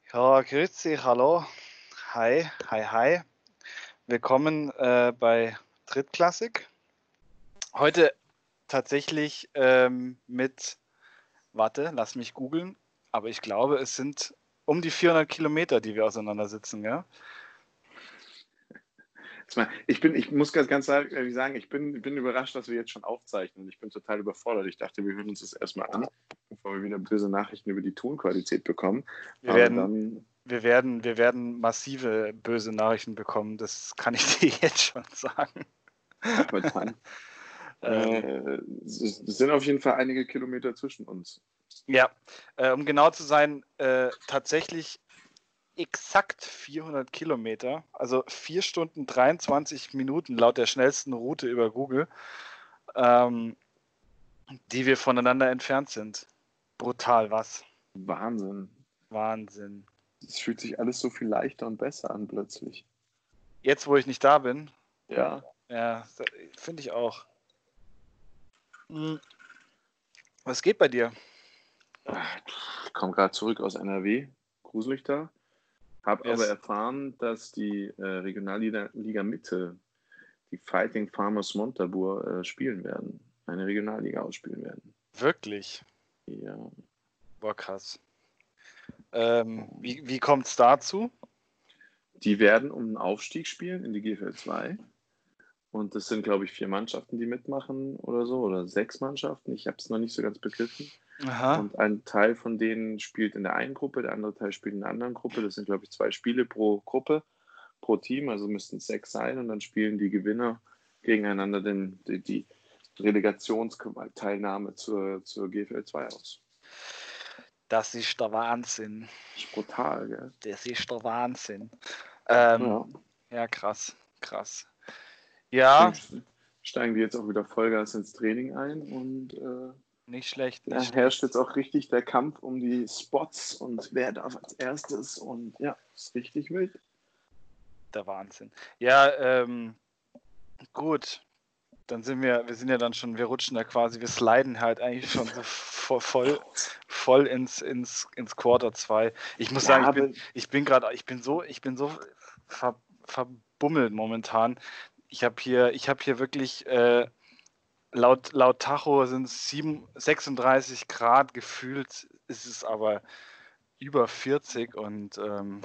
Ja, grüezi, hallo. Hi, hi, hi. Willkommen bei Drittklassik. Heute tatsächlich warte, lass mich googeln, aber ich glaube, es sind um die 400 Kilometer, die wir auseinandersitzen, ja? Ich muss ganz ehrlich sagen, ich bin überrascht, dass wir jetzt schon aufzeichnen. Ich bin total überfordert. Ich dachte, wir hören uns das erstmal an, bevor wir wieder böse Nachrichten über die Tonqualität bekommen. Wir Aber werden, dann, wir werden massive böse Nachrichten bekommen, das kann ich dir jetzt schon sagen. aber dann Ähm, es sind auf jeden Fall einige Kilometer zwischen uns. ja, um genau zu sein, tatsächlich exakt 400 Kilometer, also 4 Stunden 23 Minuten laut der schnellsten Route über Google, die wir voneinander entfernt sind. Brutal, was? Wahnsinn. Wahnsinn. Es fühlt sich alles so viel leichter und besser an plötzlich. Jetzt, wo ich nicht da bin, Ja. ja, finde ich auch. Was geht bei dir? Ich komme gerade zurück aus NRW, gruselig da. Habe Wer aber ist erfahren, dass die Regionalliga Mitte, die Fighting Farmers Montabaur, spielen werden. Eine Regionalliga ausspielen werden. wirklich? Ja. Boah, krass. Wie kommt es dazu? Die werden um den Aufstieg spielen in die GFL 2. Und das sind, glaube ich, 4 Mannschaften, die mitmachen oder so, oder 6 Mannschaften. Ich habe es noch nicht so ganz begriffen. Aha. Und ein Teil von denen spielt in der einen Gruppe, der andere Teil spielt in der anderen Gruppe. Das sind, glaube ich, 2 Spiele pro Gruppe, pro Team, also müssten es 6 sein. Und dann spielen die Gewinner gegeneinander die Relegationsteilnahme zur GFL 2 aus. Das ist der Wahnsinn. Das ist brutal, gell? Das ist der Wahnsinn. Ja. Ja, krass, krass. Deswegen Ja, steigen die jetzt auch wieder Vollgas ins Training ein und nicht schlecht, da nicht herrscht schlecht. jetzt auch richtig der Kampf um die Spots und wer darf als erstes und ja, ist richtig wild. Der Wahnsinn. Ja, gut. Dann wir sind ja dann schon, wir rutschen da quasi, wir sliden halt eigentlich schon so voll ins Quarter 2. Ich muss Ja, sagen, aber ich bin so verbummelt momentan. Ich habe hier wirklich, laut Tacho sind es 36 Grad, gefühlt ist es aber über 40 und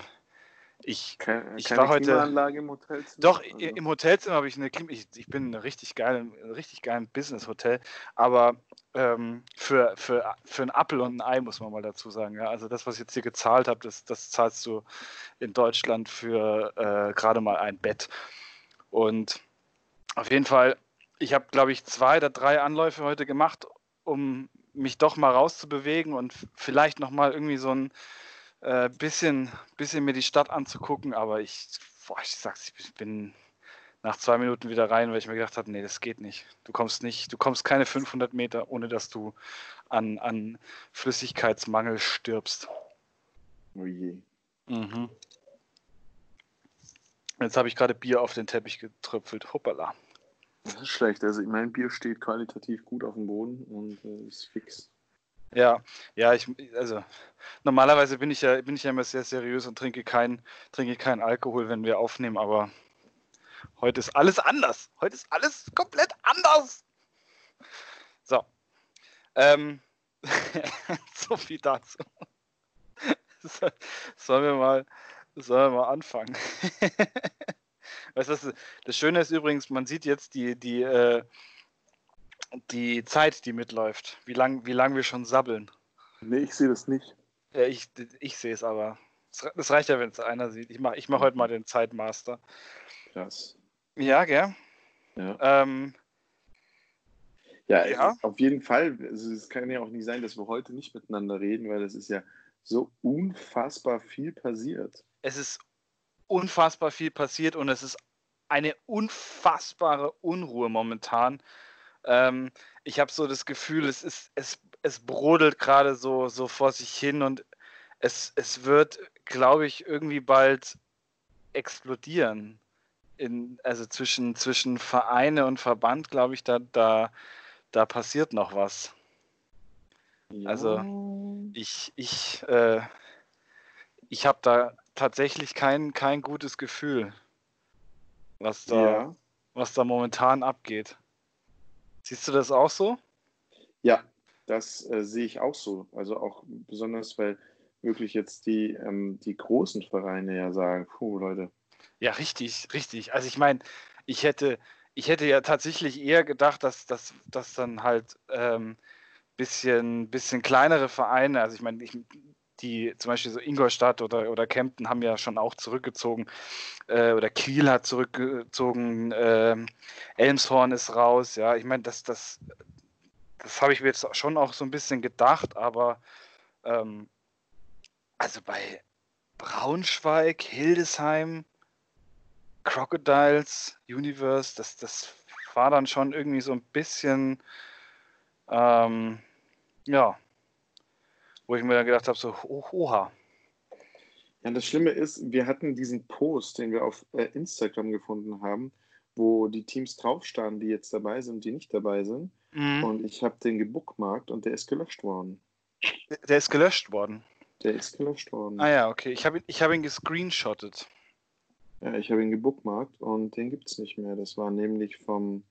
ich keine war heute, Klimaanlage im Hotelzimmer. doch, Also, im Hotelzimmer habe ich eine ich bin in einem richtig geilen Business-Hotel, aber für ein Apfel und ein Ei muss man mal dazu sagen. Ja? Also das, was ich jetzt hier gezahlt habe, das zahlst du in Deutschland für gerade mal ein Bett. Und auf jeden Fall, ich habe, glaube ich, 2 oder 3 Anläufe heute gemacht, um mich doch mal rauszubewegen und vielleicht noch mal irgendwie so ein bisschen mir die Stadt anzugucken, aber ich sag's, ich bin nach 2 Minuten wieder rein, weil ich mir gedacht habe, nee, das geht nicht. Du kommst keine 500 Meter, ohne dass du an Flüssigkeitsmangel stirbst. oh je. Mhm. Jetzt habe ich gerade Bier auf den Teppich getröpfelt. Hoppala. Das ist schlecht. Also mein Bier steht qualitativ gut auf dem Boden und ist fix. Ja, also normalerweise bin ich ja immer sehr seriös und trinke keinen Alkohol, wenn wir aufnehmen, aber heute ist alles anders. Heute ist alles komplett anders. So, ähm, so viel dazu. Sollen wir mal anfangen? Weißt du, das Schöne ist übrigens, man sieht jetzt die Zeit, die mitläuft, wie lang wir schon sabbeln. Nee, ich sehe das nicht. Ja, ich sehe es aber. Das reicht ja, wenn es einer sieht. Ich mach heute mal den Zeitmaster. Krass. Ja, gell? Ja. Ähm, Ja, ja, auf jeden Fall. Also es kann ja auch nicht sein, dass wir heute nicht miteinander reden, weil es ist ja so unfassbar viel passiert. es ist unfassbar viel passiert und es ist eine unfassbare Unruhe momentan. Ich habe so das Gefühl, es brodelt gerade so vor sich hin und es wird, glaube ich, irgendwie bald explodieren. Also zwischen Vereine und Verband, glaube ich, da passiert noch was. Ja. Also ich, ich, äh, ich habe da tatsächlich kein gutes Gefühl, was da momentan abgeht. Siehst du das auch so? Ja, das sehe ich auch so. Also auch besonders, weil wirklich jetzt die großen Vereine ja sagen, puh, Leute. Ja, richtig, richtig. Also ich meine, ich hätte ja tatsächlich eher gedacht, dass dann halt bisschen kleinere Vereine, also ich meine, die zum Beispiel so Ingolstadt oder Kempten haben ja schon auch zurückgezogen, oder Kiel hat zurückgezogen, Elmshorn ist raus, ja, ich meine, das habe ich mir jetzt schon auch so ein bisschen gedacht, aber also bei Braunschweig, Hildesheim, Crocodiles, Universe, das war dann schon irgendwie so ein bisschen, ja, wo ich mir dann gedacht habe, so, oha. Ja, das Schlimme ist, wir hatten diesen Post, den wir auf Instagram gefunden haben, wo die Teams draufstanden, die jetzt dabei sind und die nicht dabei sind. Mhm. Und ich habe den gebookmarkt und der ist gelöscht worden. Der ist gelöscht worden. Der ist gelöscht worden. Ah ja, okay. Ich hab ihn gescreenshottet. Ja, ich habe ihn gebookmarkt und den gibt es nicht mehr. Das war nämlich vom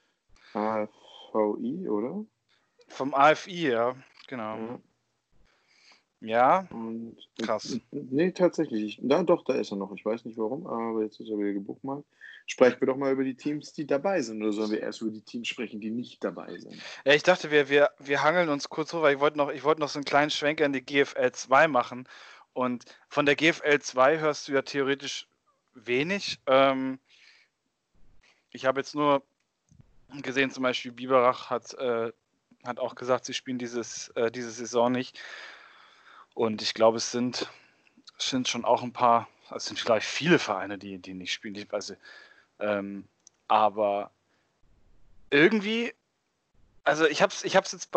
AVI, oder? Vom AFI, ja, genau. Ja. Ja, Und krass. nee, tatsächlich. Doch, da ist er noch. Ich weiß nicht warum, aber jetzt ist er wieder gebookmarkt. Sprechen wir doch mal über die Teams, die dabei sind. Oder sollen wir erst über die Teams sprechen, die nicht dabei sind? Ja, ich dachte, wir hangeln uns kurz hoch, weil ich wollte noch so einen kleinen Schwenker in die GFL 2 machen. Und von der GFL 2 hörst du ja theoretisch wenig. Ich habe jetzt nur gesehen, zum Beispiel Biberach hat auch gesagt, sie spielen diese Saison nicht. Und ich glaube, es sind schon auch ein paar, also es sind vielleicht viele Vereine, die nicht spielen. Aber irgendwie, also ich hab's jetzt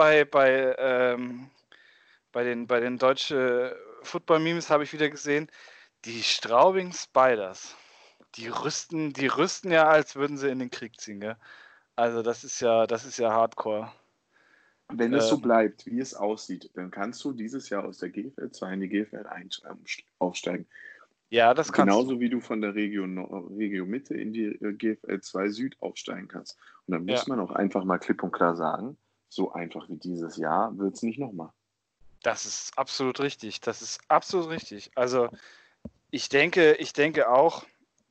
bei den deutschen Football-Memes habe ich wieder gesehen, die Straubing Spiders, die rüsten ja, als würden sie in den Krieg ziehen, gell? Also das ist ja Hardcore. Wenn es so bleibt, wie es aussieht, dann kannst du dieses Jahr aus der GFL 2 in die GFL 1 aufsteigen. Ja, das kannst Genauso du. wie du von der Region Mitte in die GFL 2 Süd aufsteigen kannst. Und dann muss Ja, man auch einfach mal klipp und klar sagen, so einfach wie dieses Jahr wird es nicht nochmal. das ist absolut richtig. Das ist absolut richtig. Also ich denke auch,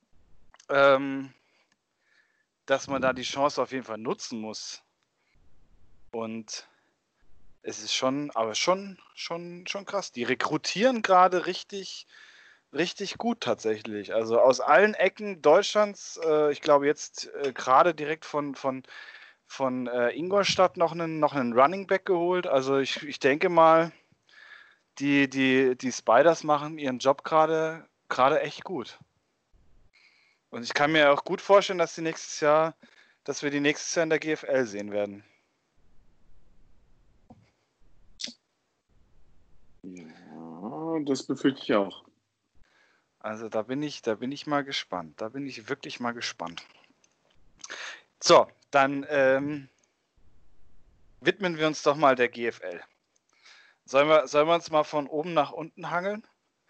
dass man da die Chance auf jeden Fall nutzen muss. Und es ist schon krass. Die rekrutieren gerade richtig gut tatsächlich. Also aus allen Ecken Deutschlands, ich glaube jetzt gerade direkt von Ingolstadt noch einen Running Back geholt. Also ich denke mal, die Spiders machen ihren Job gerade echt gut. Und ich kann mir auch gut vorstellen, dass wir die nächstes Jahr in der GFL sehen werden. Ja, das befürchte ich auch. Also da bin ich mal gespannt. Da bin ich wirklich mal gespannt. So, dann widmen wir uns doch mal der GFL. Sollen wir uns mal von oben nach unten hangeln?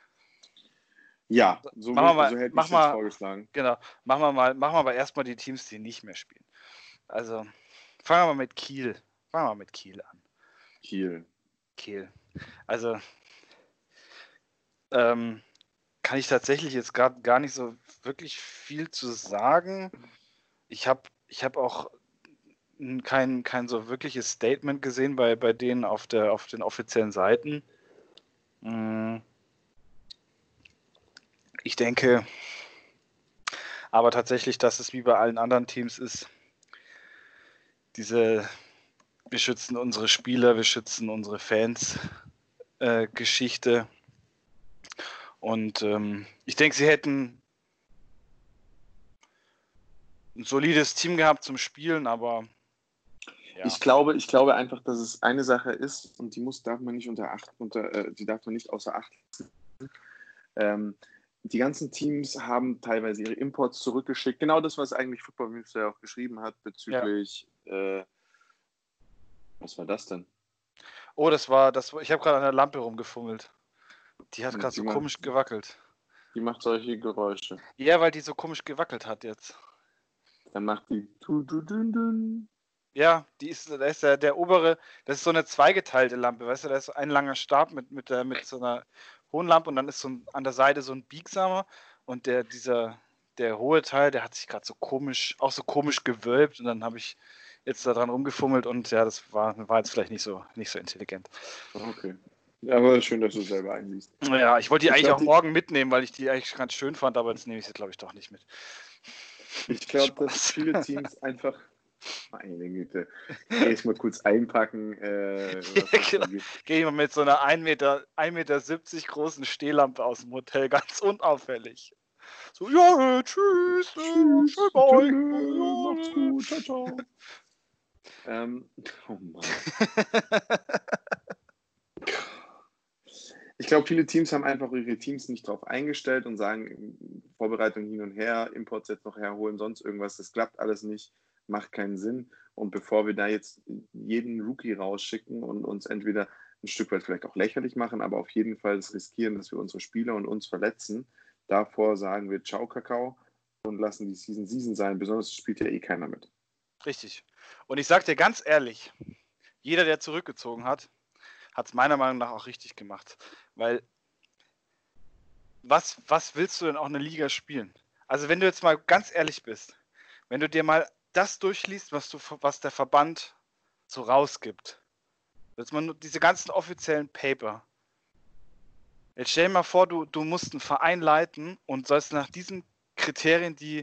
Ja, so hätte ich es jetzt vorgeschlagen. Genau, machen wir aber erstmal die Teams, die nicht mehr spielen. Also fangen wir mal mit Kiel an. Kiel. Also kann ich tatsächlich jetzt gerade gar nicht so wirklich viel zu sagen. Ich hab auch kein so wirkliches Statement gesehen bei denen auf den offiziellen Seiten. Ich denke aber tatsächlich, dass es wie bei allen anderen Teams ist, wir schützen unsere Spieler, wir schützen unsere Fans Geschichte. Und ich denke, sie hätten ein solides Team gehabt zum Spielen, aber ja. Ich glaube einfach, dass es eine Sache ist und darf man nicht außer Acht lassen. Die ganzen Teams haben teilweise ihre Imports zurückgeschickt. Genau das, was eigentlich Football News ja auch geschrieben hat bezüglich. Was war das denn? Oh, ich habe gerade an der Lampe rumgefummelt. Die hat Und gerade so komisch gewackelt. Die macht solche Geräusche. Ja, weil die so komisch gewackelt hat jetzt. Dann macht die dun. Ja, da ist der obere, das ist so eine zweigeteilte Lampe, weißt du, da ist ein langer Stab mit so einer hohen Lampe und dann ist an der Seite so ein biegsamer und der hohe Teil, der hat sich gerade so komisch gewölbt und dann habe ich jetzt da dran rumgefummelt und ja, das war jetzt vielleicht nicht so intelligent. Okay. Ja, aber schön, dass du es selber einsiehst. Ja, ich wollte die eigentlich auch morgen mitnehmen, weil ich die eigentlich ganz schön fand, aber jetzt nehme ich sie, glaube ich, doch nicht mit. Ich glaube, dass viele Teams einfach. Meine Güte. Geh ich mal kurz einpacken. Genau. Gehe ich mal mit so einer 1,70 Meter großen Stehlampe aus dem Hotel, ganz unauffällig. So, ja, tschüss, Tschüss, schön bei euch. macht's gut, ciao, ciao. Oh Mann. Ich glaube, viele Teams haben einfach ihre Teams nicht drauf eingestellt und sagen, Vorbereitung hin und her, Imports jetzt noch herholen, sonst irgendwas, das klappt alles nicht, macht keinen Sinn. Und bevor wir da jetzt jeden Rookie rausschicken und uns entweder ein Stück weit vielleicht auch lächerlich machen, aber auf jeden Fall das riskieren, dass wir unsere Spieler und uns verletzen, davor sagen wir Ciao, Kakao und lassen die Season sein. Besonders spielt ja eh keiner mit. Richtig. Und ich sage dir ganz ehrlich, jeder, der zurückgezogen hat, hat es meiner Meinung nach auch richtig gemacht. Weil, was willst du denn auch in der Liga spielen? Also wenn du jetzt mal ganz ehrlich bist, wenn du dir mal das durchliest, was der Verband so rausgibt, jetzt mal nur diese ganzen offiziellen Paper. Jetzt stell dir mal vor, du musst einen Verein leiten und sollst nach diesen Kriterien, die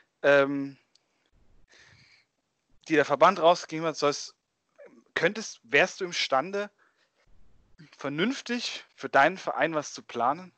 der Verband rausgegeben hat, wärst du imstande, vernünftig für deinen Verein was zu planen?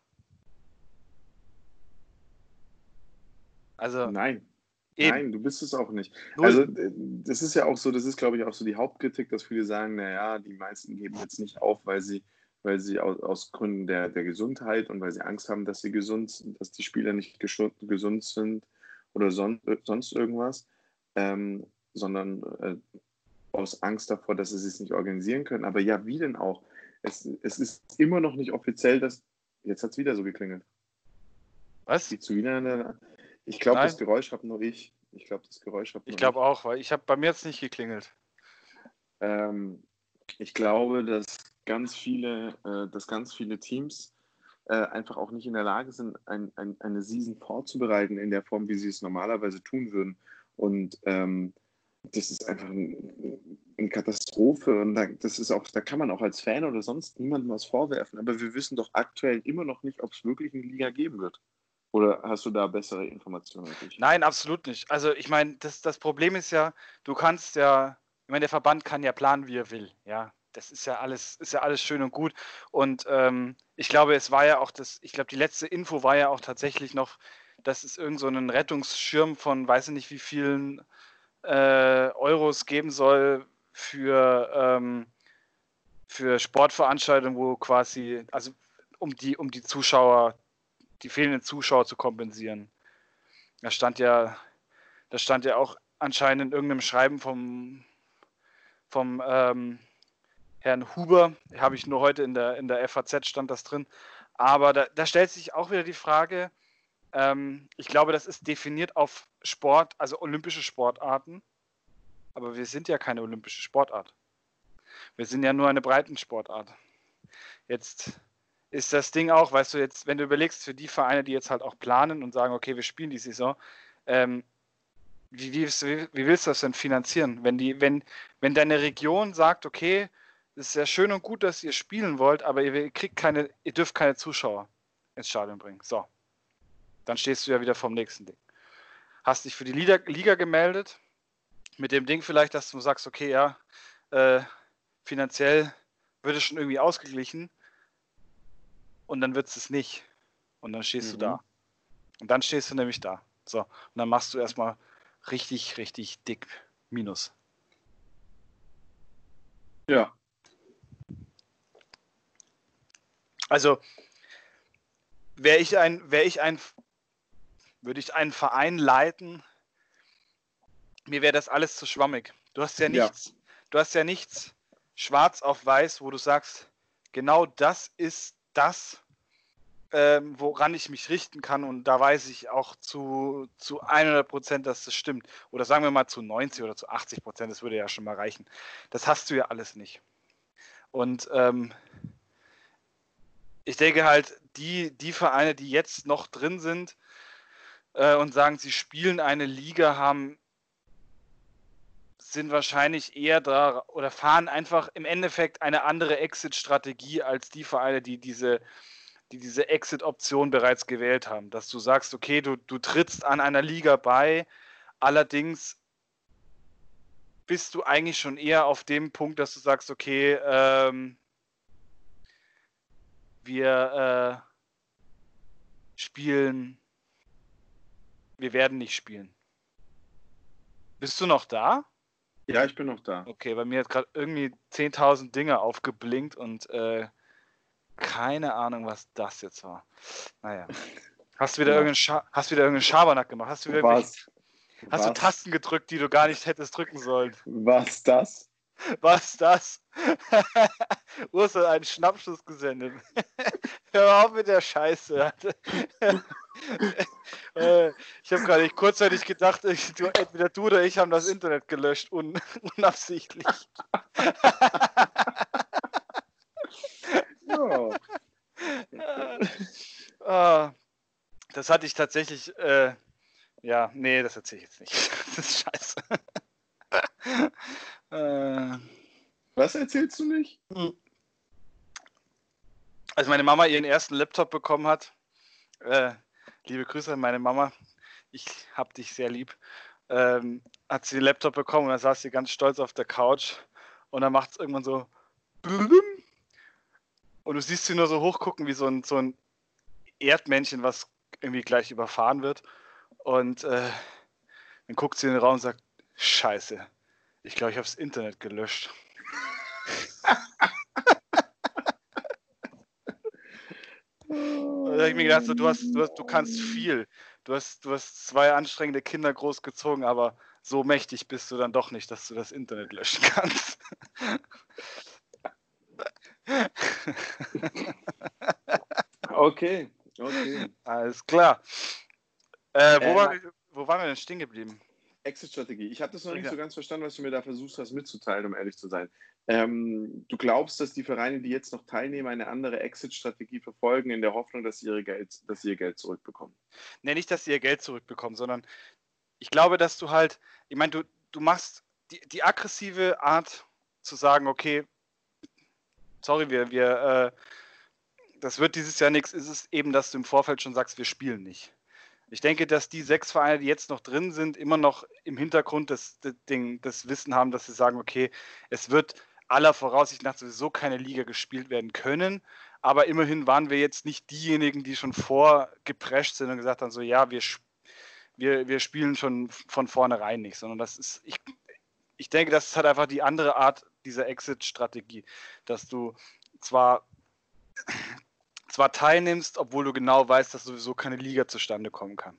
Also Nein. eben. Nein, du bist es auch nicht. Null. Also das ist ja auch so, das ist, glaube ich, auch so die Hauptkritik, dass viele sagen, naja, die meisten geben jetzt nicht auf, weil sie aus Gründen der Gesundheit und weil sie Angst haben, dass dass die Spieler nicht gesund sind oder sonst irgendwas, sondern aus Angst davor, dass sie es nicht organisieren können. Aber ja, wie denn auch? Es ist immer noch nicht offiziell, jetzt hat es wieder so geklingelt. Was? Ich glaube, das Geräusch habe nur ich. Ich glaube auch, weil bei mir jetzt nicht geklingelt. Ich glaube, dass ganz viele Teams einfach auch nicht in der Lage sind, eine Season vorzubereiten in der Form, wie sie es normalerweise tun würden. Und das ist einfach eine Katastrophe. Und da kann man auch als Fan oder sonst niemandem was vorwerfen. Aber wir wissen doch aktuell immer noch nicht, ob es wirklich eine Liga geben wird. Oder hast du da bessere Informationen als ich? Nein, absolut nicht. Also ich meine, das Problem ist ja, der Verband kann ja planen, wie er will. Ja, das ist ja alles schön und gut. Und ich glaube, die letzte Info war ja auch tatsächlich noch, dass es irgend so einen Rettungsschirm von weiß ich nicht wie vielen Euros geben soll für Sportveranstaltungen, wo quasi, also um die Zuschauer, die fehlenden Zuschauer zu kompensieren. Das stand ja auch anscheinend in irgendeinem Schreiben vom Herrn Huber, habe ich nur heute in der FAZ stand das drin. Aber da stellt sich auch wieder die Frage, ich glaube, das ist definiert auf Sport, also olympische Sportarten. Aber wir sind ja keine olympische Sportart. Wir sind ja nur eine Breitensportart. Jetzt ist das Ding auch, weißt du, jetzt, wenn du überlegst, für die Vereine, die jetzt halt auch planen und sagen, okay, wir spielen die Saison, wie willst du das denn finanzieren? Wenn deine Region sagt, okay, es ist ja schön und gut, dass ihr spielen wollt, aber ihr dürft keine Zuschauer ins Stadion bringen. So. Dann stehst du ja wieder vorm nächsten Ding. Hast dich für die Liga gemeldet, mit dem Ding vielleicht, dass du sagst, okay, ja, finanziell wird es schon irgendwie ausgeglichen und dann wird es nicht. Und dann stehst du da. Und dann stehst du nämlich da. So. Und dann machst du erstmal richtig, richtig dick Minus. Ja. Also würde ich einen Verein leiten, mir wäre das alles zu schwammig. Du hast ja nichts schwarz auf weiß, wo du sagst, genau das ist das, woran ich mich richten kann und da weiß ich auch zu 100%, dass das stimmt. Oder sagen wir mal zu 90 oder zu 80%, das würde ja schon mal reichen. Das hast du ja alles nicht. Und ich denke halt, die Vereine, die jetzt noch drin sind und sagen, sie spielen eine Liga, sind wahrscheinlich eher da oder fahren einfach im Endeffekt eine andere Exit-Strategie als die Vereine, die diese Exit-Option bereits gewählt haben. Dass du sagst, okay, du trittst an einer Liga bei, allerdings bist du eigentlich schon eher auf dem Punkt, dass du sagst, okay, wir werden nicht spielen. Bist du noch da? Ja, ich bin noch da. Okay, bei mir hat gerade irgendwie 10.000 Dinge aufgeblinkt und keine Ahnung, was das jetzt war. Naja. Hast du wieder irgendeinen Schabernack gemacht? Hast du Tasten gedrückt, die du gar nicht hättest drücken sollen? Was das? Was das? Urs hat einen Schnappschuss gesendet. Hör auf mit der Scheiße. Ich habe gerade kurzzeitig gedacht, entweder du oder ich haben das Internet gelöscht, unabsichtlich. Das hatte ich tatsächlich. Nee, das erzähle ich jetzt nicht. Das ist scheiße. Was erzählst du nicht? Als meine Mama ihren ersten Laptop bekommen hat, liebe Grüße an meine Mama, ich hab dich sehr lieb, hat sie den Laptop bekommen und dann saß sie ganz stolz auf der Couch und dann macht es irgendwann so und du siehst sie nur so hochgucken wie so ein Erdmännchen, was irgendwie gleich überfahren wird und dann guckt sie in den Raum und sagt, Scheiße, ich glaube, ich habe das Internet gelöscht. Da habe ich mir gedacht, so, du kannst viel. Du hast 2 anstrengende Kinder großgezogen, aber so mächtig bist du dann doch nicht, dass du das Internet löschen kannst. Okay. Alles klar. Wo waren wir denn stehen geblieben? Exit-Strategie. Ich habe das noch nicht so ganz verstanden, was du mir da versucht hast mitzuteilen, um ehrlich zu sein. Du glaubst, dass die Vereine, die jetzt noch teilnehmen, eine andere Exit-Strategie verfolgen, in der Hoffnung, dass sie ihr Geld zurückbekommen? Nee, nicht, dass sie ihr Geld zurückbekommen, sondern ich glaube, dass du halt, ich meine, du machst die aggressive Art zu sagen, okay, sorry, das wird dieses Jahr nichts, ist es eben, dass du im Vorfeld schon sagst, wir spielen nicht. Ich denke, dass die 6 Vereine, die jetzt noch drin sind, immer noch im Hintergrund das Wissen haben, dass sie sagen, okay, es wird aller Voraussicht nach sowieso keine Liga gespielt werden können, aber immerhin waren wir jetzt nicht diejenigen, die schon vorgeprescht sind und gesagt haben, so ja, wir spielen schon von vornherein nicht, sondern das ist, ich denke, das ist halt einfach die andere Art dieser Exit-Strategie, dass du zwar teilnimmst, obwohl du genau weißt, dass sowieso keine Liga zustande kommen kann.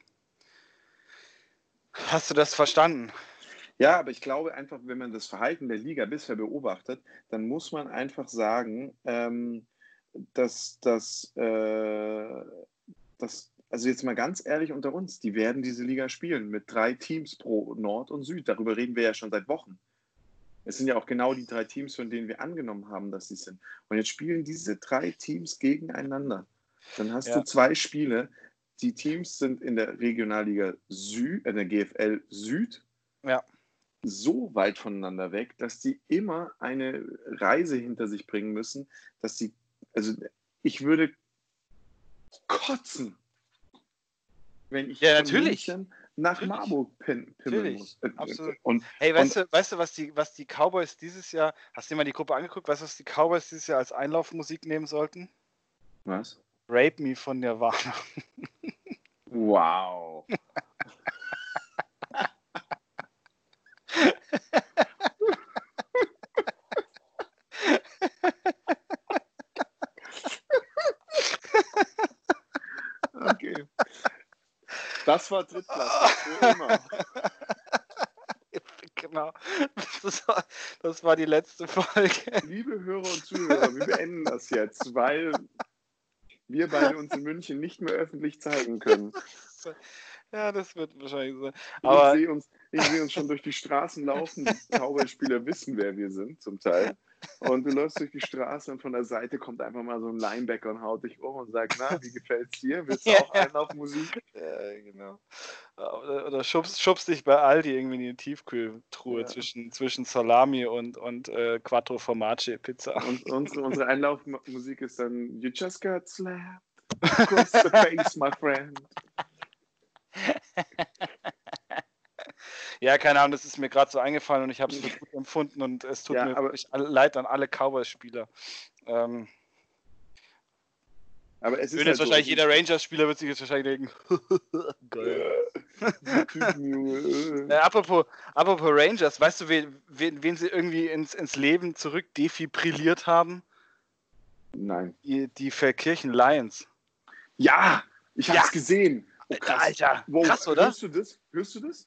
Hast du das verstanden? Ja, aber ich glaube einfach, wenn man das Verhalten der Liga bisher beobachtet, dann muss man einfach sagen, dass also jetzt mal ganz ehrlich unter uns, die werden diese Liga spielen mit 3 Teams pro Nord und Süd. Darüber reden wir ja schon seit Wochen. Es sind ja auch genau die 3 Teams, von denen wir angenommen haben, dass sie sind. Und jetzt spielen diese 3 Teams gegeneinander. Dann hast du 2 Spiele. Die Teams sind in der Regionalliga Süd, in der GFL Süd, so weit voneinander weg, dass die immer eine Reise hinter sich bringen müssen, dass sie, also ich würde kotzen, wenn ich von München nach Marburg pimmeln muss. Absolut. Hey, weißt du, was die Cowboys dieses Jahr, hast du dir mal die Gruppe angeguckt, weißt du, was die Cowboys dieses Jahr als Einlaufmusik nehmen sollten? Was? Rape Me von Nirvana. Wow. Okay. Das war Drittklasse, für immer. Genau. Das war die letzte Folge. Liebe Hörer und Zuhörer, wir beenden das jetzt, weil wir beide uns in München nicht mehr öffentlich zeigen können. Ja, das wird wahrscheinlich sein. Ich Aber sehe uns schon durch die Straßen laufen. Die Cowboy-Spieler wissen, wer wir sind, zum Teil. Und du läufst durch die Straße und von der Seite kommt einfach mal so ein Linebacker und haut dich um und sagt, na, wie gefällt's dir? Willst du auch Einlaufmusik? ja, genau. Oder schubst dich bei Aldi irgendwie in die Tiefkühltruhe Ja. zwischen Salami und Quattro Formaggi Pizza. Und unsere Einlaufmusik ist dann You just got slapped across the face, my friend. Ja, keine Ahnung, das ist mir gerade so eingefallen und ich habe es für gut empfunden und es tut mir wirklich leid an alle Cowboys-Spieler. Aber es ist jetzt halt wahrscheinlich so, jeder Rangers-Spieler wird sich jetzt wahrscheinlich denken, geil. Typen, Junge. Apropos Rangers, weißt du, wen sie irgendwie ins Leben zurück defibrilliert haben? Nein. Die Feldkirchen Lions. Ja, ich hab's gesehen. Oh, krass. Alter, krass, oder? Hörst du das?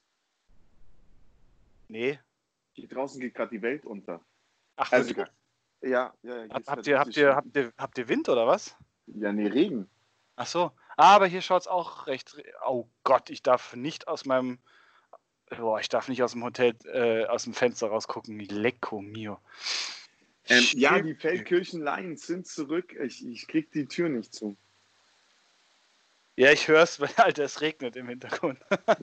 Nee. Hier draußen geht gerade die Welt unter. Ach, also, wirklich? Ja. Habt ihr Wind oder was? Ja, nee, Regen. Ach so. Aber hier schaut es auch recht. Oh Gott, ich darf nicht aus dem Hotel, aus dem Fenster rausgucken. Lecco mio. Ja, die Feldkirchen Lions sind zurück. Ich krieg die Tür nicht zu. Ja, ich höre es, weil Alter, es regnet im Hintergrund.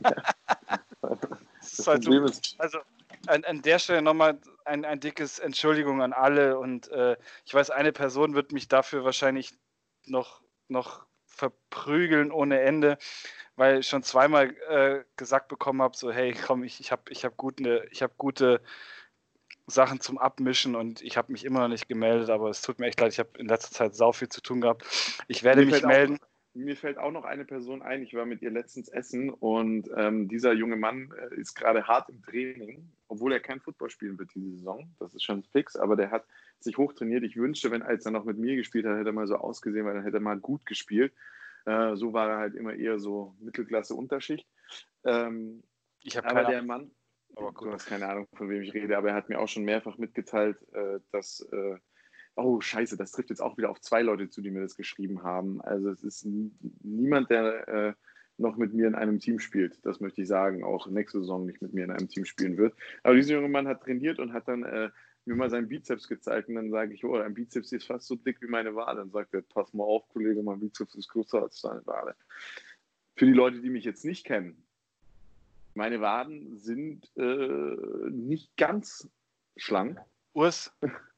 Das ist halt so, also an der Stelle nochmal ein dickes Entschuldigung an alle und ich weiß, eine Person wird mich dafür wahrscheinlich noch verprügeln ohne Ende, weil ich schon zweimal gesagt bekommen habe, so hey, komm, ich hab gute Sachen zum Abmischen und ich habe mich immer noch nicht gemeldet, aber es tut mir echt leid, ich habe in letzter Zeit sau viel zu tun gehabt. Ich werde mich melden. Mir fällt auch noch eine Person ein, ich war mit ihr letztens essen und dieser junge Mann ist gerade hart im Training, obwohl er kein Football spielen wird diese Saison, das ist schon fix, aber der hat sich hochtrainiert. Ich wünschte, als er noch mit mir gespielt hat, hätte er mal so ausgesehen, weil dann hätte er mal gut gespielt. So war er halt immer eher so Mittelklasse-Unterschicht. Ich habe keine Ahnung. Mann, du hast keine Ahnung, von wem ich rede, aber er hat mir auch schon mehrfach mitgeteilt, dass oh, scheiße, das trifft jetzt auch wieder auf 2 Leute zu, die mir das geschrieben haben. Also es ist niemand, der noch mit mir in einem Team spielt. Das möchte ich sagen, auch nächste Saison nicht mit mir in einem Team spielen wird. Aber dieser junge Mann hat trainiert und hat dann mir mal seinen Bizeps gezeigt. Und dann sage ich, oh, dein Bizeps ist fast so dick wie meine Wade. Dann sagt er, pass mal auf, Kollege, mein Bizeps ist größer als deine Wade. Für die Leute, die mich jetzt nicht kennen, meine Waden sind nicht ganz schlank. Urs?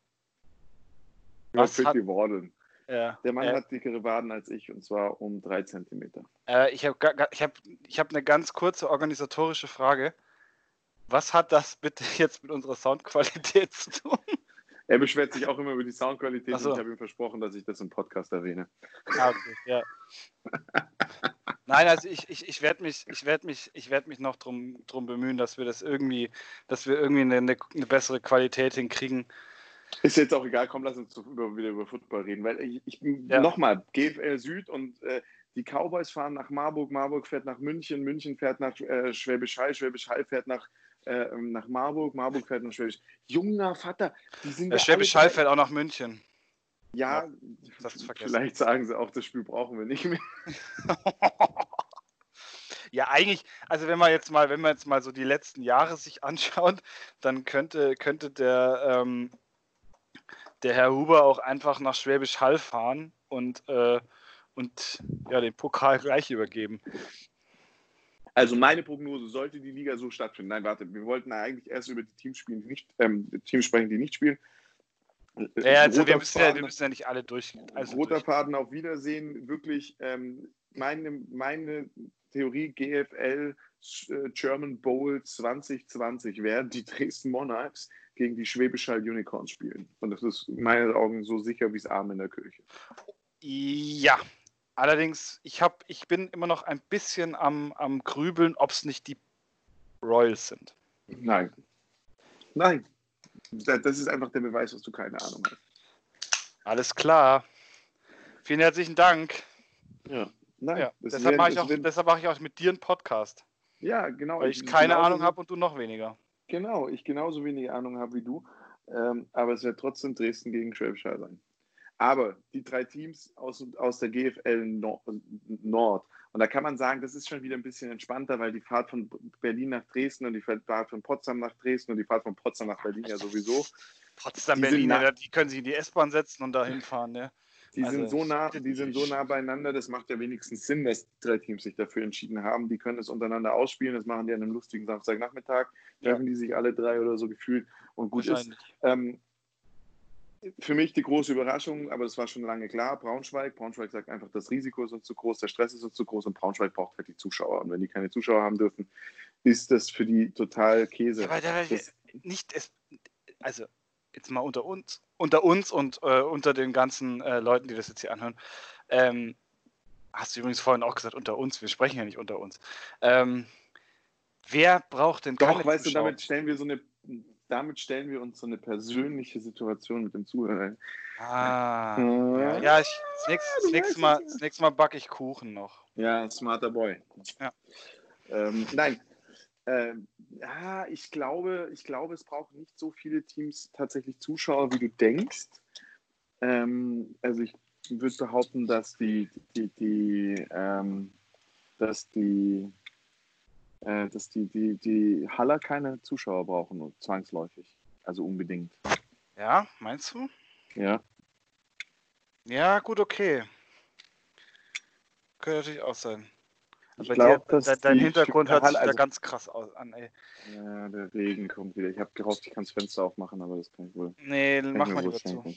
Was hat geworden? Ja, der Mann hat dickere Waden als ich und zwar um 3 Zentimeter. Ich hab eine ganz kurze organisatorische Frage. Was hat das bitte jetzt mit unserer Soundqualität zu tun? Er beschwert sich auch immer über die Soundqualität so. Und ich habe ihm versprochen, dass ich das im Podcast erwähne. Ah, okay, ja. Nein, also ich werde mich noch drum bemühen, dass wir irgendwie eine bessere Qualität hinkriegen. Ist jetzt auch egal, komm, lass uns wieder über Football reden, weil nochmal, GFL Süd und die Cowboys fahren nach Marburg, Marburg fährt nach München, München fährt nach Schwäbisch Hall, Schwäbisch Hall fährt nach Marburg, Marburg fährt nach Schwäbisch. Junger Vater, die sind ja Schwäbisch Hall fährt auch nach München. Ja, vielleicht sagen sie auch, das Spiel brauchen wir nicht mehr. Ja, eigentlich, also wenn man jetzt mal so die letzten Jahre sich anschaut, dann könnte der Herr Huber auch einfach nach Schwäbisch Hall fahren und den Pokal gleich übergeben. Also meine Prognose, sollte die Liga so stattfinden. Nein, warte, wir wollten eigentlich erst über die Teams sprechen, die nicht spielen. Ja, also wir müssen ja nicht alle durch. Roter Faden auf Wiedersehen. Wirklich meine Theorie, GFL German Bowl 2020 werden die Dresden Monarchs gegen die Schwäbisch Hall Unicorns spielen. Und das ist in meinen Augen so sicher wie das Arm in der Kirche. Ja, allerdings, ich bin immer noch ein bisschen am Grübeln, ob es nicht die Royals sind. Nein. Das ist einfach der Beweis, dass du keine Ahnung hast. Alles klar. Vielen herzlichen Dank. Ja. Deshalb mache ich auch mit dir einen Podcast. Ja, genau. Weil ich keine Ahnung habe und du noch weniger. Genau, ich genauso wenig Ahnung habe wie du. Aber es wird trotzdem Dresden gegen Schwäbisch Hall sein. Aber die 3 Teams aus der GFL Nord, und da kann man sagen, das ist schon wieder ein bisschen entspannter, weil die Fahrt von Berlin nach Dresden und die Fahrt von Potsdam nach Dresden und die Fahrt von Potsdam nach Berlin ja sowieso. Potsdam, Berlin, die können sich in die S-Bahn setzen und dahin fahren, ne? Die sind so nah beieinander, das macht ja wenigstens Sinn, dass die 3 Teams sich dafür entschieden haben. Die können es untereinander ausspielen, das machen die an einem lustigen Samstagnachmittag, treffen die sich alle 3 oder so gefühlt und gut ist. Für mich die große Überraschung, aber das war schon lange klar, Braunschweig. Braunschweig sagt einfach, das Risiko ist uns zu groß, der Stress ist uns zu groß und Braunschweig braucht halt die Zuschauer. Und wenn die keine Zuschauer haben dürfen, ist das für die total Käse. Ja, aber also jetzt mal unter uns und unter den ganzen Leuten, die das jetzt hier anhören. Hast du übrigens vorhin auch gesagt, unter uns, wir sprechen ja nicht unter uns. Wer braucht denn keine Doch, weißt Zuschauer? du, damit stellen wir uns so eine persönliche Situation mit dem Zuhörer. Ja, das nächste Mal backe ich Kuchen noch. Ja, smarter Boy. Ja. Nein. Ich glaube, es braucht nicht so viele Teams tatsächlich Zuschauer, wie du denkst. Also ich würde behaupten, dass die Haller keine Zuschauer brauchen, zwangsläufig. Also unbedingt. Ja, meinst du? Ja. Ja, gut, okay. Könnte natürlich auch sein. Ich glaube, dein Hintergrund hört sich wieder ganz krass an, ey. Ja, der Regen kommt wieder. Ich habe gehofft, ich kann das Fenster aufmachen, aber das kann ich wohl. Nee, mach mal lieber zu.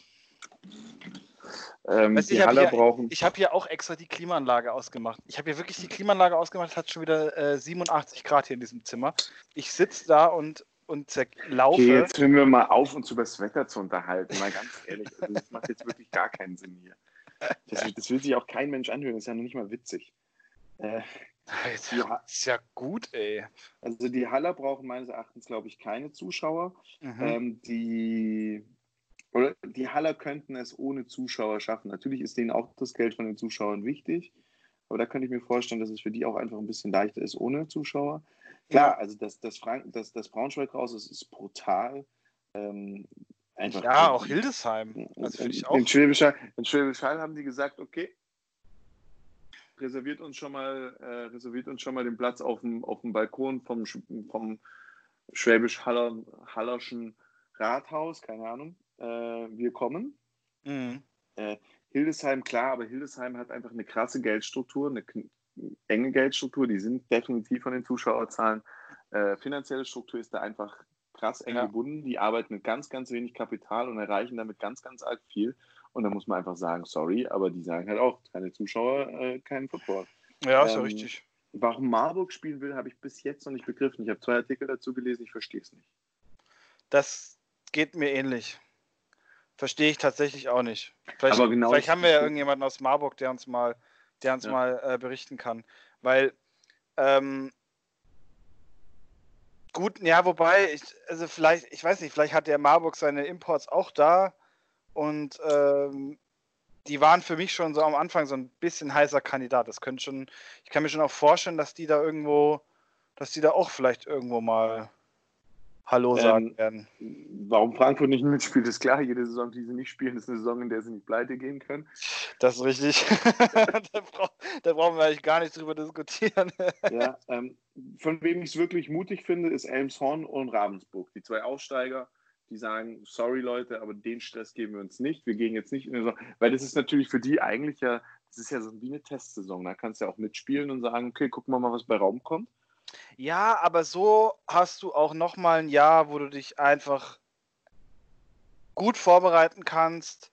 Die Haller brauchen. Ich habe hier auch extra die Klimaanlage ausgemacht. Ich habe hier wirklich die Klimaanlage ausgemacht. Es hat schon wieder 87 Grad hier in diesem Zimmer. Ich sitze da und laufe. Okay, jetzt hören wir mal auf, uns über das Wetter zu unterhalten. Mal ganz ehrlich. Also das macht jetzt wirklich gar keinen Sinn hier. Das will sich auch kein Mensch anhören. Das ist ja noch nicht mal witzig. Ist ja gut, ey. Also die Haller brauchen meines Erachtens, glaube ich, keine Zuschauer. Die Haller könnten es ohne Zuschauer schaffen. Natürlich ist denen auch das Geld von den Zuschauern wichtig, aber da könnte ich mir vorstellen, dass es für die auch einfach ein bisschen leichter ist ohne Zuschauer. Klar, also das Braunschweig raus ist brutal. Einfach ja, auch Hildesheim. Also finde ich auch. In Schwäbisch Hall haben die gesagt, okay, reserviert uns schon mal den Platz auf dem Balkon vom Schwäbisch-Hallerschen Rathaus, keine Ahnung. Wir kommen. Hildesheim, klar, aber Hildesheim hat einfach eine krasse Geldstruktur, eine enge Geldstruktur. Die sind definitiv von den Zuschauerzahlen. Finanzielle Struktur ist da einfach krass eng gebunden. Die arbeiten mit ganz, ganz wenig Kapital und erreichen damit ganz, ganz arg viel. Und da muss man einfach sagen, sorry, aber die sagen halt auch, keine Zuschauer, keinen Football. Ja, ist ja richtig. Warum Marburg spielen will, habe ich bis jetzt noch nicht begriffen. Ich habe 2 Artikel dazu gelesen, ich verstehe es nicht. Das geht mir ähnlich. Verstehe ich tatsächlich auch nicht. Vielleicht haben wir ja irgendjemanden aus Marburg, der uns mal berichten kann. Weil, gut, ja, wobei, ich weiß nicht, vielleicht hat der Marburg seine Imports auch da und die waren für mich schon so am Anfang so ein bisschen heißer Kandidat. Ich kann mir schon auch vorstellen, dass die da auch vielleicht irgendwo mal Hallo sagen werden. Warum Frankfurt nicht mitspielt, ist klar. Jede Saison, die sie nicht spielen, ist eine Saison, in der sie nicht pleite gehen können. Das ist richtig. Da brauchen wir eigentlich gar nicht drüber diskutieren. Ja, von wem ich es wirklich mutig finde, ist Elmshorn und Ravensburg. Die 2 Aufsteiger, die sagen, sorry Leute, aber den Stress geben wir uns nicht. Wir gehen jetzt nicht in eine Saison, weil das ist natürlich für die eigentlich das ist ja so wie eine Testsaison. Da kannst du ja auch mitspielen und sagen, okay, gucken wir mal, was bei Raum kommt. Ja, aber so hast du auch nochmal ein Jahr, wo du dich einfach gut vorbereiten kannst.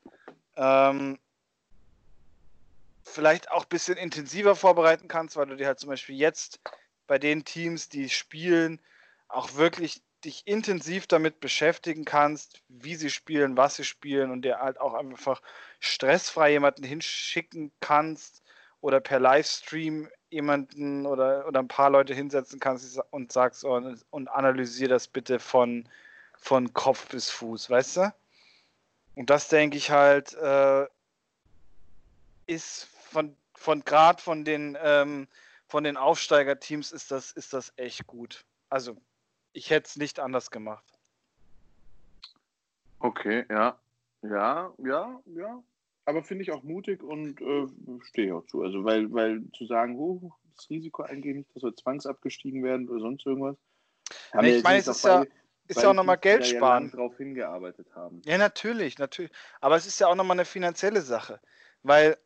Vielleicht auch ein bisschen intensiver vorbereiten kannst, weil du dir halt zum Beispiel jetzt bei den Teams, die spielen, auch wirklich dich intensiv damit beschäftigen kannst, wie sie spielen, was sie spielen und dir halt auch einfach stressfrei jemanden hinschicken kannst oder per Livestream jemanden oder ein paar Leute hinsetzen kannst und sagst und analysiere das bitte von Kopf bis Fuß, weißt du? Und das denke ich halt ist gerade von den Aufsteigerteams ist das echt gut. Also ich hätte es nicht anders gemacht. Okay, ja. aber finde ich auch mutig und stehe ich auch zu. Also, weil zu sagen, das Risiko eingehen, nicht, dass wir zwangsabgestiegen werden oder sonst irgendwas. Haben Ne, wir ich jetzt meine, nicht es auch ist ja auch beide nochmal Teams, die Geld da ja lang sparen. drauf hingearbeitet haben. Ja, natürlich, natürlich. Aber es ist ja auch nochmal eine finanzielle Sache, weil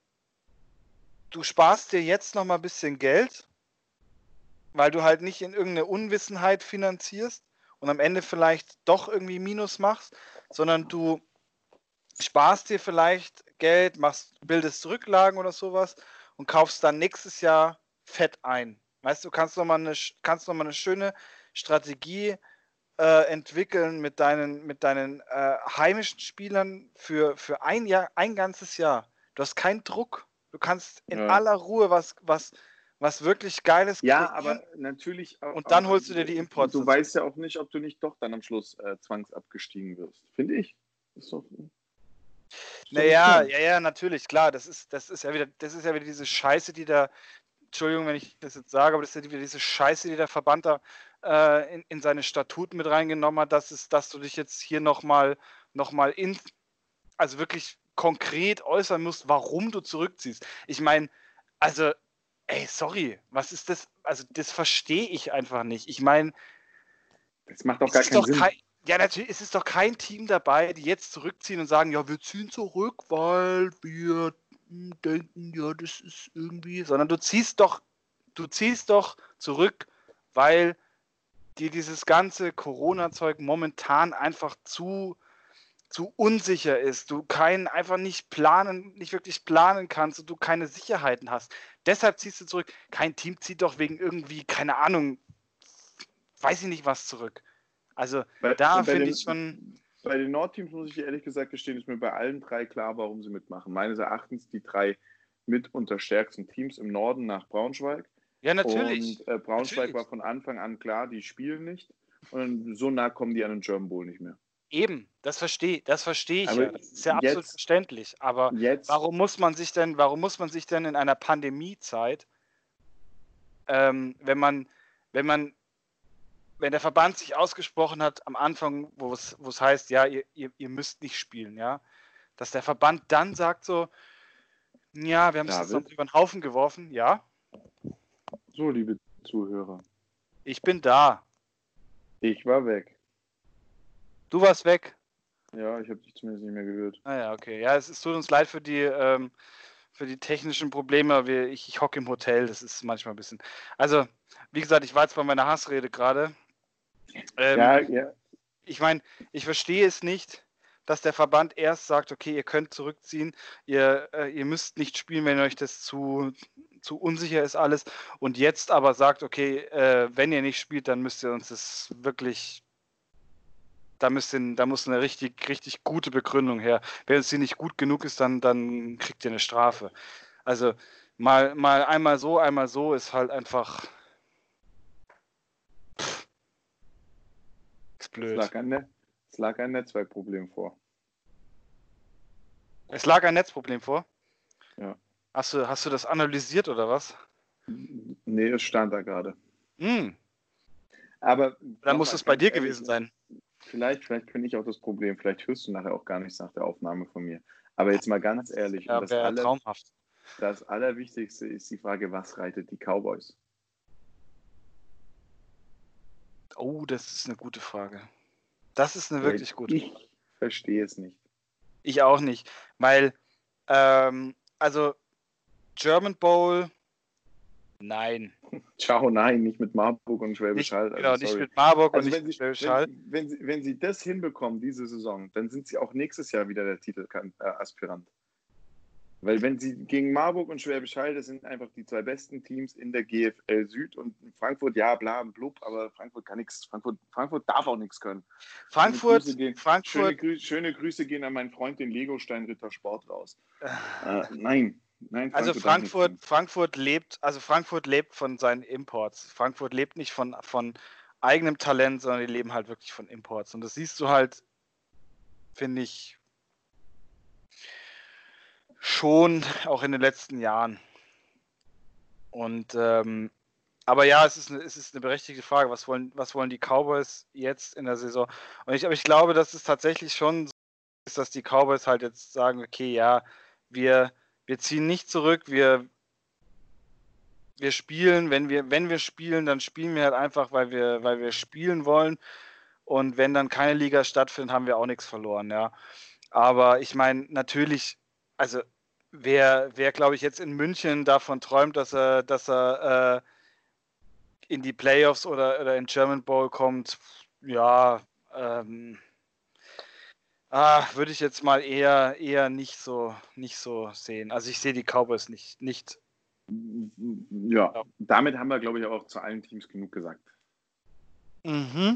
du sparst dir jetzt nochmal ein bisschen Geld, weil du halt nicht in irgendeine Unwissenheit finanzierst und am Ende vielleicht doch irgendwie Minus machst, sondern du sparst dir vielleicht Geld, bildest Rücklagen oder sowas und kaufst dann nächstes Jahr fett ein. Weißt du, kannst noch mal eine schöne Strategie entwickeln mit deinen heimischen Spielern für ein Jahr, ein ganzes Jahr. Du hast keinen Druck. Du kannst in Ja. aller Ruhe was wirklich Geiles Ja, kreieren aber natürlich, und dann holst du dir die Imports du dazu. weißt ja auch nicht, ob du nicht doch dann am Schluss zwangsabgestiegen wirst. Finde ich. Ist doch nicht Naja, fair. ja, natürlich, klar. Das ist ja wieder diese Scheiße, die da, Entschuldigung, wenn ich das jetzt sage, aber das ist ja wieder diese Scheiße, die der Verband da in seine Statuten mit reingenommen hat, dass du dich jetzt hier nochmal also wirklich konkret äußern musst, warum du zurückziehst. Ich meine, also, ey, sorry, was ist das? Also, das verstehe ich einfach nicht. Ich meine, Das macht doch es gar ist keinen doch Sinn. ja, natürlich, es ist doch kein Team dabei, die jetzt zurückziehen und sagen, ja, wir ziehen zurück, weil wir denken, ja, das ist irgendwie, sondern du ziehst doch zurück, weil dir dieses ganze Corona-Zeug momentan einfach zu unsicher ist, du einfach nicht wirklich planen kannst und du keine Sicherheiten hast. Deshalb ziehst du zurück. Kein Team zieht doch wegen irgendwie, keine Ahnung, weiß ich nicht was zurück. Also da finde ich schon. Bei den Nordteams muss ich ehrlich gesagt gestehen, ist mir bei allen drei klar, warum sie mitmachen. Meines Erachtens die drei mitunter stärksten Teams im Norden nach Braunschweig. Ja, natürlich. Und Braunschweig war von Anfang an klar, die spielen nicht. Und so nah kommen die an den German Bowl nicht mehr. Eben, das verstehe ich Aber ja. Das ist ja absolut verständlich. Aber jetzt, warum muss man sich denn in einer Pandemiezeit, wenn der Verband sich ausgesprochen hat am Anfang, wo es heißt, ja, ihr müsst nicht spielen, ja, dass der Verband dann sagt so, ja, wir haben es jetzt noch über den Haufen geworfen, ja. So, liebe Zuhörer. Ich bin da. Ich war weg. Du warst weg. Ja, ich habe dich zumindest nicht mehr gehört. Ah ja, okay. Ja, es tut uns leid für die technischen Probleme. Ich hocke im Hotel, das ist manchmal ein bisschen. Also, wie gesagt, ich war jetzt bei meiner Hassrede gerade. Ja. Ich meine, ich verstehe es nicht, dass der Verband erst sagt, okay, ihr könnt zurückziehen, ihr müsst nicht spielen, wenn euch das zu unsicher ist alles. Und jetzt aber sagt, okay, wenn ihr nicht spielt, dann müsst ihr uns das wirklich. Da muss eine richtig, richtig gute Begründung her. Wenn es die nicht gut genug ist, dann kriegt ihr eine Strafe. Also mal einmal so ist halt einfach. Ist blöd. Es lag ein Netzwerkproblem vor. Es lag ein Netzproblem vor? Ja. Hast du das analysiert oder was? Nee, es stand da gerade. Aber dann muss es bei dir gewesen sein. Vielleicht bin ich auch das Problem. Vielleicht hörst du nachher auch gar nichts nach der Aufnahme von mir. Aber jetzt mal ganz ehrlich. Ja, wäre traumhaft. Das Allerwichtigste ist die Frage, was reitet die Cowboys? Oh, das ist eine gute Frage. Das ist eine wirklich gute Frage. Ich verstehe es nicht. Ich auch nicht. Weil, also German Bowl, nein. Ciao, nein, nicht mit Marburg und Schwäbisch Hall. Genau, nicht mit Marburg und nicht mit Schwäbisch Hall. Wenn sie das hinbekommen, diese Saison, dann sind sie auch nächstes Jahr wieder der Titelaspirant. Weil wenn sie gegen Marburg und Schwäbisch Hall, das sind einfach die zwei besten Teams in der GFL Süd und Frankfurt, ja, bla, blub, aber Frankfurt kann nichts. Frankfurt darf auch nichts können. Schöne Grüße gehen an meinen Freund, den Lego Steinritter Sport raus. Nein, also Frankfurt lebt von seinen Imports. Frankfurt lebt nicht von eigenem Talent, sondern die leben halt wirklich von Imports. Und das siehst du halt, finde ich, schon auch in den letzten Jahren. Und aber ja, es ist eine berechtigte Frage. Was wollen die Cowboys jetzt in der Saison? Aber ich glaube, dass es tatsächlich schon so ist, dass die Cowboys halt jetzt sagen, okay, ja, wir ziehen nicht zurück, wir spielen, wenn wir spielen, dann spielen wir halt einfach, weil wir spielen wollen. Und wenn dann keine Liga stattfindet, haben wir auch nichts verloren, ja. Aber ich meine, natürlich, also wer glaube ich, jetzt in München davon träumt, dass er in die Playoffs oder in German Bowl kommt, ja, würde ich jetzt mal eher nicht so sehen. Also ich sehe die Cowboys nicht. Ja, damit haben wir, glaube ich, auch zu allen Teams genug gesagt. Mhm.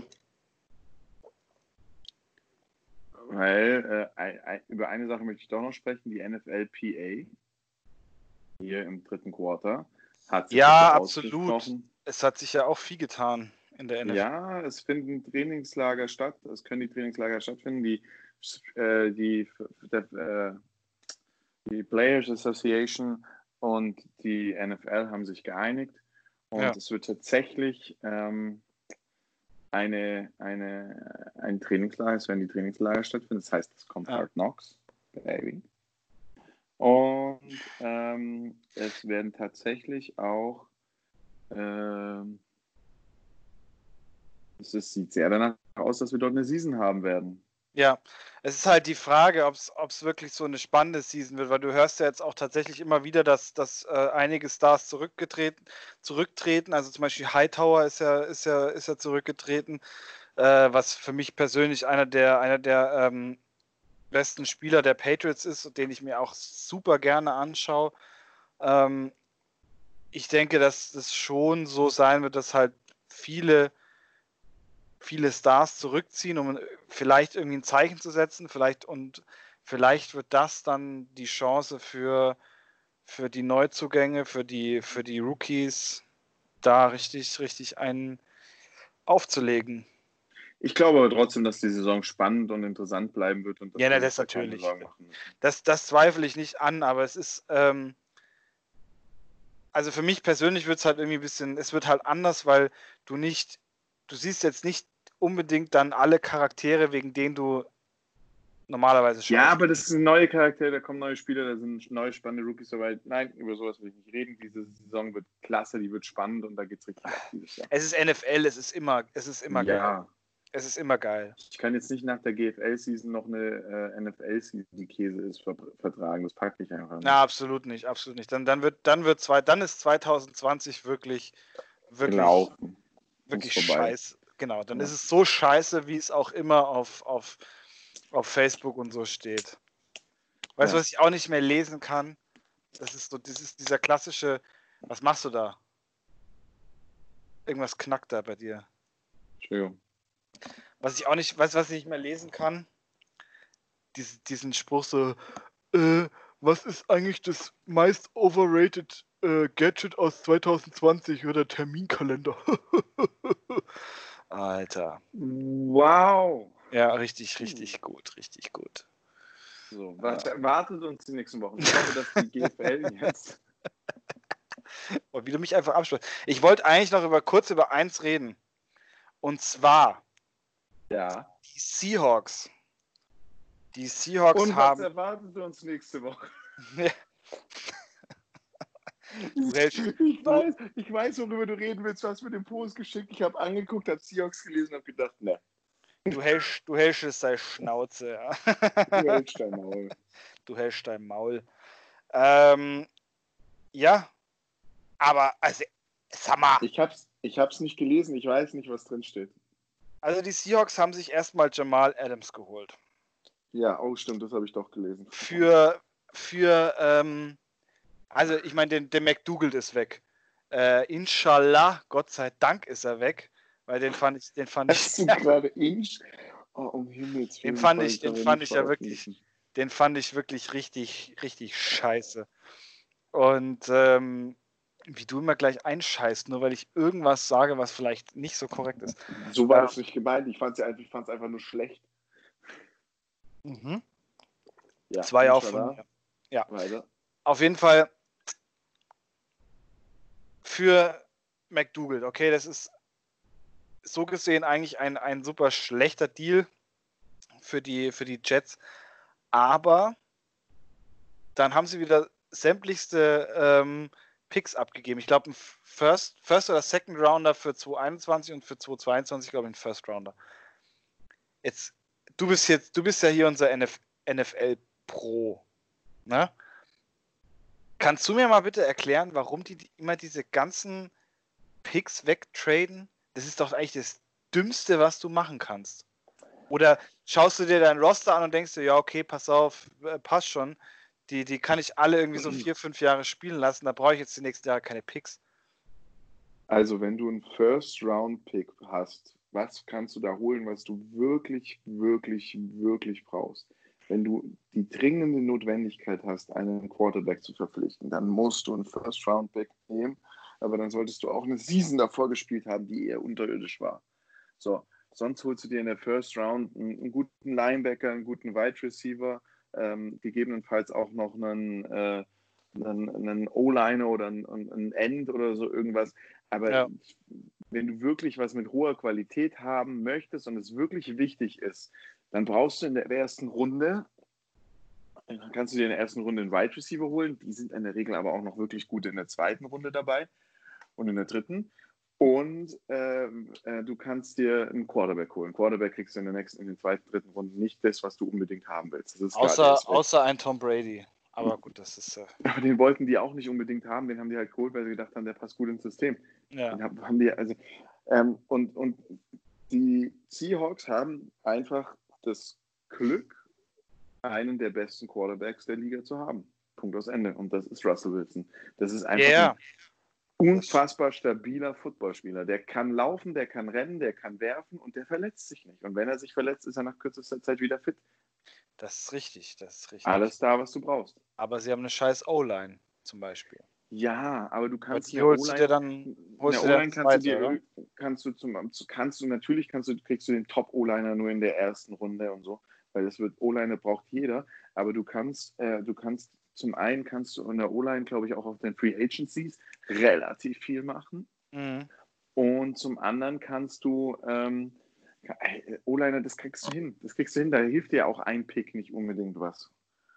Weil über eine Sache möchte ich doch noch sprechen, die NFLPA hier im dritten Quarter hat sich Ja, dafür absolut. ausgesprochen. Es hat sich ja auch viel getan in der NFL. Ja, es finden Trainingslager statt, es können die Trainingslager stattfinden. Die Players Association und die NFL haben sich geeinigt und es wird tatsächlich ein Trainingslager, es werden die Trainingslager stattfinden, das heißt, es kommt Hard Knocks, Baby. Und es werden tatsächlich auch, sieht sehr danach aus, dass wir dort eine Season haben werden. Ja, es ist halt die Frage, ob es wirklich so eine spannende Season wird, weil du hörst ja jetzt auch tatsächlich immer wieder, dass einige Stars zurücktreten. Also zum Beispiel Hightower ist ja zurückgetreten, was für mich persönlich einer der besten Spieler der Patriots ist und den ich mir auch super gerne anschaue. Ich denke, dass es schon so sein wird, dass halt viele Stars zurückziehen, um vielleicht irgendwie ein Zeichen zu setzen, vielleicht wird das dann die Chance für die Neuzugänge, für die Rookies, da richtig einen aufzulegen. Ich glaube aber trotzdem, dass die Saison spannend und interessant bleiben wird und dass Ja, wir das uns keine natürlich. Sorgen machen müssen. Das zweifle ich nicht an, aber es ist, also für mich persönlich wird es halt irgendwie es wird halt anders, weil du siehst jetzt nicht unbedingt dann alle Charaktere, wegen denen du normalerweise schaust. Ja, aber das sind neue Charaktere, da kommen neue Spieler, da sind neue spannende Rookies dabei. Nein, über sowas will ich nicht reden. Diese Saison wird klasse, die wird spannend und da geht es richtig ab dieses Jahr. Es ist NFL, es ist immer geil. Es ist immer geil. Ich kann jetzt nicht nach der GFL-Season noch eine NFL-Season, die Käse ist, vertragen. Das packt mich einfach nicht. Na, absolut nicht. Dann ist 2020 wirklich gelaufen. scheiße. Genau, dann ist es so scheiße, wie es auch immer auf Facebook und so steht. Weißt du, was ich auch nicht mehr lesen kann? Das ist dieser klassische, was machst du da? Irgendwas knackt da bei dir. Entschuldigung. Was ich nicht mehr lesen kann, diesen Spruch so, was ist eigentlich das meist overrated Gadget aus 2020 oder Terminkalender? Alter. Wow. Ja, richtig gut, richtig gut. So, was erwartet uns die nächsten Wochen? Ich hoffe, dass die GFL jetzt... Und wie du mich einfach absprichst. Ich wollte eigentlich noch kurz über eins reden. Und zwar die Seahawks. Die Seahawks und haben... was erwartet uns nächste Woche? Ich weiß, worüber du reden willst. Du hast mir den Post geschickt. Ich habe angeguckt, habe Seahawks gelesen und habe gedacht, ne. Du hältst es deine Schnauze, ja. Du hältst dein Maul. Du hältst dein Maul. Ja, aber, also, sag mal. Ich hab's nicht gelesen. Ich weiß nicht, was drin steht. Also die Seahawks haben sich erstmal Jamal Adams geholt. Ja, oh stimmt, das habe ich doch gelesen. Also ich meine, der McDougald ist weg. Inshallah, Gott sei Dank ist er weg, weil den fand ich gerade um Himmels Willen. Den fand ich wirklich richtig scheiße. Und wie du immer gleich einscheißt, nur weil ich irgendwas sage, was vielleicht nicht so korrekt ist. So war das nicht gemeint. Ich fand es einfach nur schlecht. Mhm. Ja, das war ja auch von mir. Ja. Weiter. Auf jeden Fall für McDougald. Okay, das ist so gesehen eigentlich ein super schlechter Deal für die Jets. Aber dann haben sie wieder sämtlichste Picks abgegeben. Ich glaube, ein First oder Second Rounder für 2021 und für 2022, glaube ich, ein First Rounder. Jetzt, du bist ja hier unser NFL-Pro. Ne? Kannst du mir mal bitte erklären, warum die immer diese ganzen Picks wegtraden? Das ist doch eigentlich das Dümmste, was du machen kannst. Oder schaust du dir dein Roster an und denkst dir, ja, okay, pass auf, passt schon. Die kann ich alle irgendwie so 4-5 Jahre spielen lassen, da brauche ich jetzt die nächsten Jahre keine Picks. Also, wenn du einen First-Round-Pick hast, was kannst du da holen, was du wirklich, wirklich, wirklich brauchst? Wenn du die dringende Notwendigkeit hast, einen Quarterback zu verpflichten, dann musst du einen First-Round-Pick nehmen, aber dann solltest du auch eine Season davor gespielt haben, die eher unterirdisch war. So, sonst holst du dir in der First Round einen guten Linebacker, einen guten Wide Receiver, gegebenenfalls auch noch einen O-Liner oder einen End oder so irgendwas. Aber wenn du wirklich was mit hoher Qualität haben möchtest und es wirklich wichtig ist, dann brauchst du in der ersten Runde, dann kannst du dir in der ersten Runde einen Wide Receiver holen. Die sind in der Regel aber auch noch wirklich gut in der zweiten Runde dabei und in der dritten. Und du kannst dir einen Quarterback holen. Quarterback kriegst du in den zweiten, dritten Runden nicht das, was du unbedingt haben willst. Das ist außer ein Tom Brady. Aber gut, das ist... Aber den wollten die auch nicht unbedingt haben. Den haben die halt geholt, weil sie gedacht haben, der passt gut ins System. Ja. Den haben die, also, und die Seahawks haben einfach das Glück, einen der besten Quarterbacks der Liga zu haben. Punkt aus Ende. Und das ist Russell Wilson. Das ist einfach ein unfassbar stabiler Footballspieler. Der kann laufen, der kann rennen, der kann werfen und der verletzt sich nicht. Und wenn er sich verletzt, ist er nach kürzester Zeit wieder fit. Das ist richtig. Alles da, was du brauchst. Aber sie haben eine scheiz O-Line zum Beispiel. Ja, aber du kannst die holst du dir dann. Kriegst du den Top-O-Liner nur in der ersten Runde und so, weil O-Liner braucht jeder, aber zum einen kannst du in der O-Line, glaube ich, auch auf den Free Agencies relativ viel machen. Mhm. Und zum anderen kannst du O-Liner, das kriegst du hin. Da hilft dir auch ein Pick nicht unbedingt was.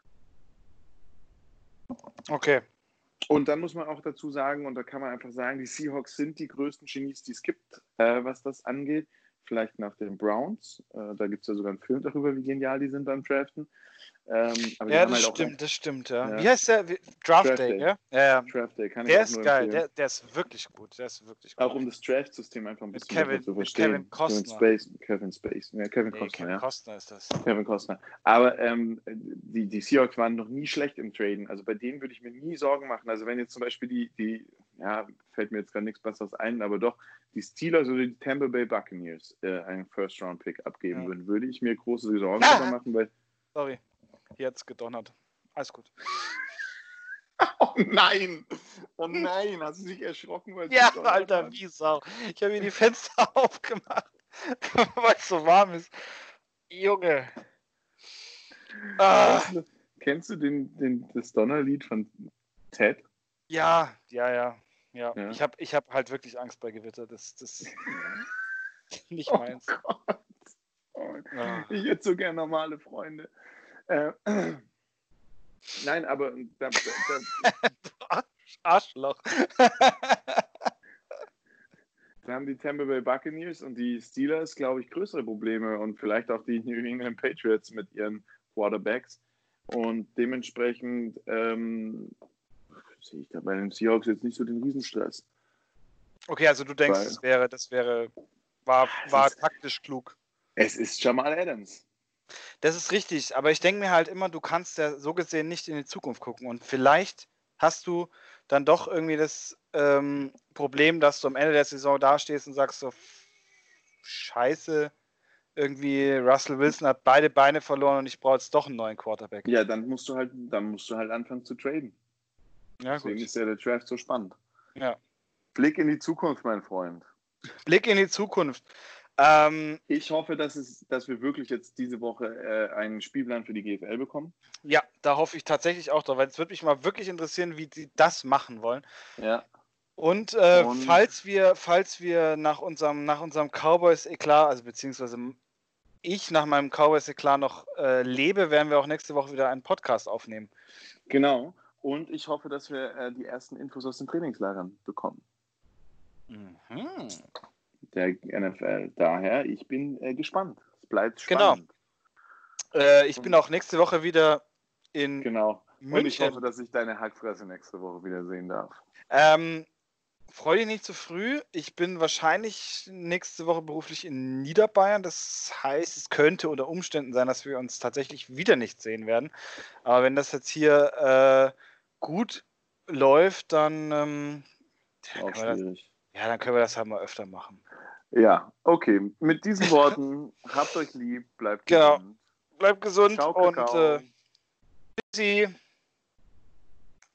Okay. Und dann muss man auch dazu sagen, und da kann man einfach sagen, die Seahawks sind die größten Genies, die es gibt, was das angeht. Vielleicht nach den Browns. Da gibt es ja sogar einen Film darüber, wie genial die sind beim Draften. Aber ja, das stimmt, ja. Wie heißt der? Draft Day, ja? Ja. Draft Day kann der ich auch ist geil, der ist wirklich gut. Auch um das Draft-System einfach ein bisschen besser zu verstehen. Kevin Costner. Kevin Costner. Costner ist das. Kevin Costner. Aber die Seahawks waren noch nie schlecht im Traden. Also bei denen würde ich mir nie Sorgen machen. Also wenn jetzt zum Beispiel fällt mir jetzt gar nichts Besseres ein, aber doch die Steelers oder die Tampa Bay Buccaneers einen First-Round-Pick abgeben würden, würde ich mir große Sorgen darüber machen, weil... Sorry, hier hat es gedonnert. Alles gut. Oh nein! Hast du dich erschrocken? Ja, Alter, wie Sau. Ich habe hier die Fenster aufgemacht, weil es so warm ist. Junge. Kennst du das Donnerlied von Ted? Ja. Ich hab halt wirklich Angst bei Gewitter. Das ist nicht meins. Gott. Ich hätte so gern normale Freunde. Nein, aber... Arschloch. Da haben die Tampa Bay Buccaneers und die Steelers, glaube ich, größere Probleme und vielleicht auch die New England Patriots mit ihren Quarterbacks. Und dementsprechend sehe ich da bei den Seahawks jetzt nicht so den Riesenstress. Okay, also du denkst, war taktisch klug. Es ist Jamal Adams. Das ist richtig, aber ich denke mir halt immer, du kannst ja so gesehen nicht in die Zukunft gucken und vielleicht hast du dann doch irgendwie das Problem, dass du am Ende der Saison dastehst und sagst so, scheiße, irgendwie Russell Wilson hat beide Beine verloren und ich brauche jetzt doch einen neuen Quarterback. Ja, dann musst du halt anfangen zu traden. Ja, deswegen gut. ist ja der Draft so spannend. Ja. Blick in die Zukunft, mein Freund. Blick in die Zukunft. Ich hoffe, dass wir wirklich jetzt diese Woche einen Spielplan für die GFL bekommen. Ja, da hoffe ich tatsächlich auch drauf, weil es würde mich mal wirklich interessieren, wie die das machen wollen. Ja. Und falls wir nach unserem Cowboys-Eklat, also beziehungsweise ich nach meinem Cowboys-Eklat noch lebe, werden wir auch nächste Woche wieder einen Podcast aufnehmen. Genau. Und ich hoffe, dass wir die ersten Infos aus den Trainingslagern bekommen. Mhm. Der NFL. Daher, ich bin gespannt. Es bleibt Genau. spannend. Ich bin auch nächste Woche wieder in Genau. Und ich München. hoffe, dass ich deine Hackfresse nächste Woche wieder sehen darf. Freue dich nicht zu früh. Ich bin wahrscheinlich nächste Woche beruflich in Niederbayern. Das heißt, es könnte unter Umständen sein, dass wir uns tatsächlich wieder nicht sehen werden. Aber wenn das jetzt hier gut läuft, dann, Auch schwierig. dann können wir das halt mal öfter machen. Ja, okay. Mit diesen Worten, habt euch lieb, bleibt Genau. gesund. Bleibt gesund Ciao, und Kakao. tschüssi.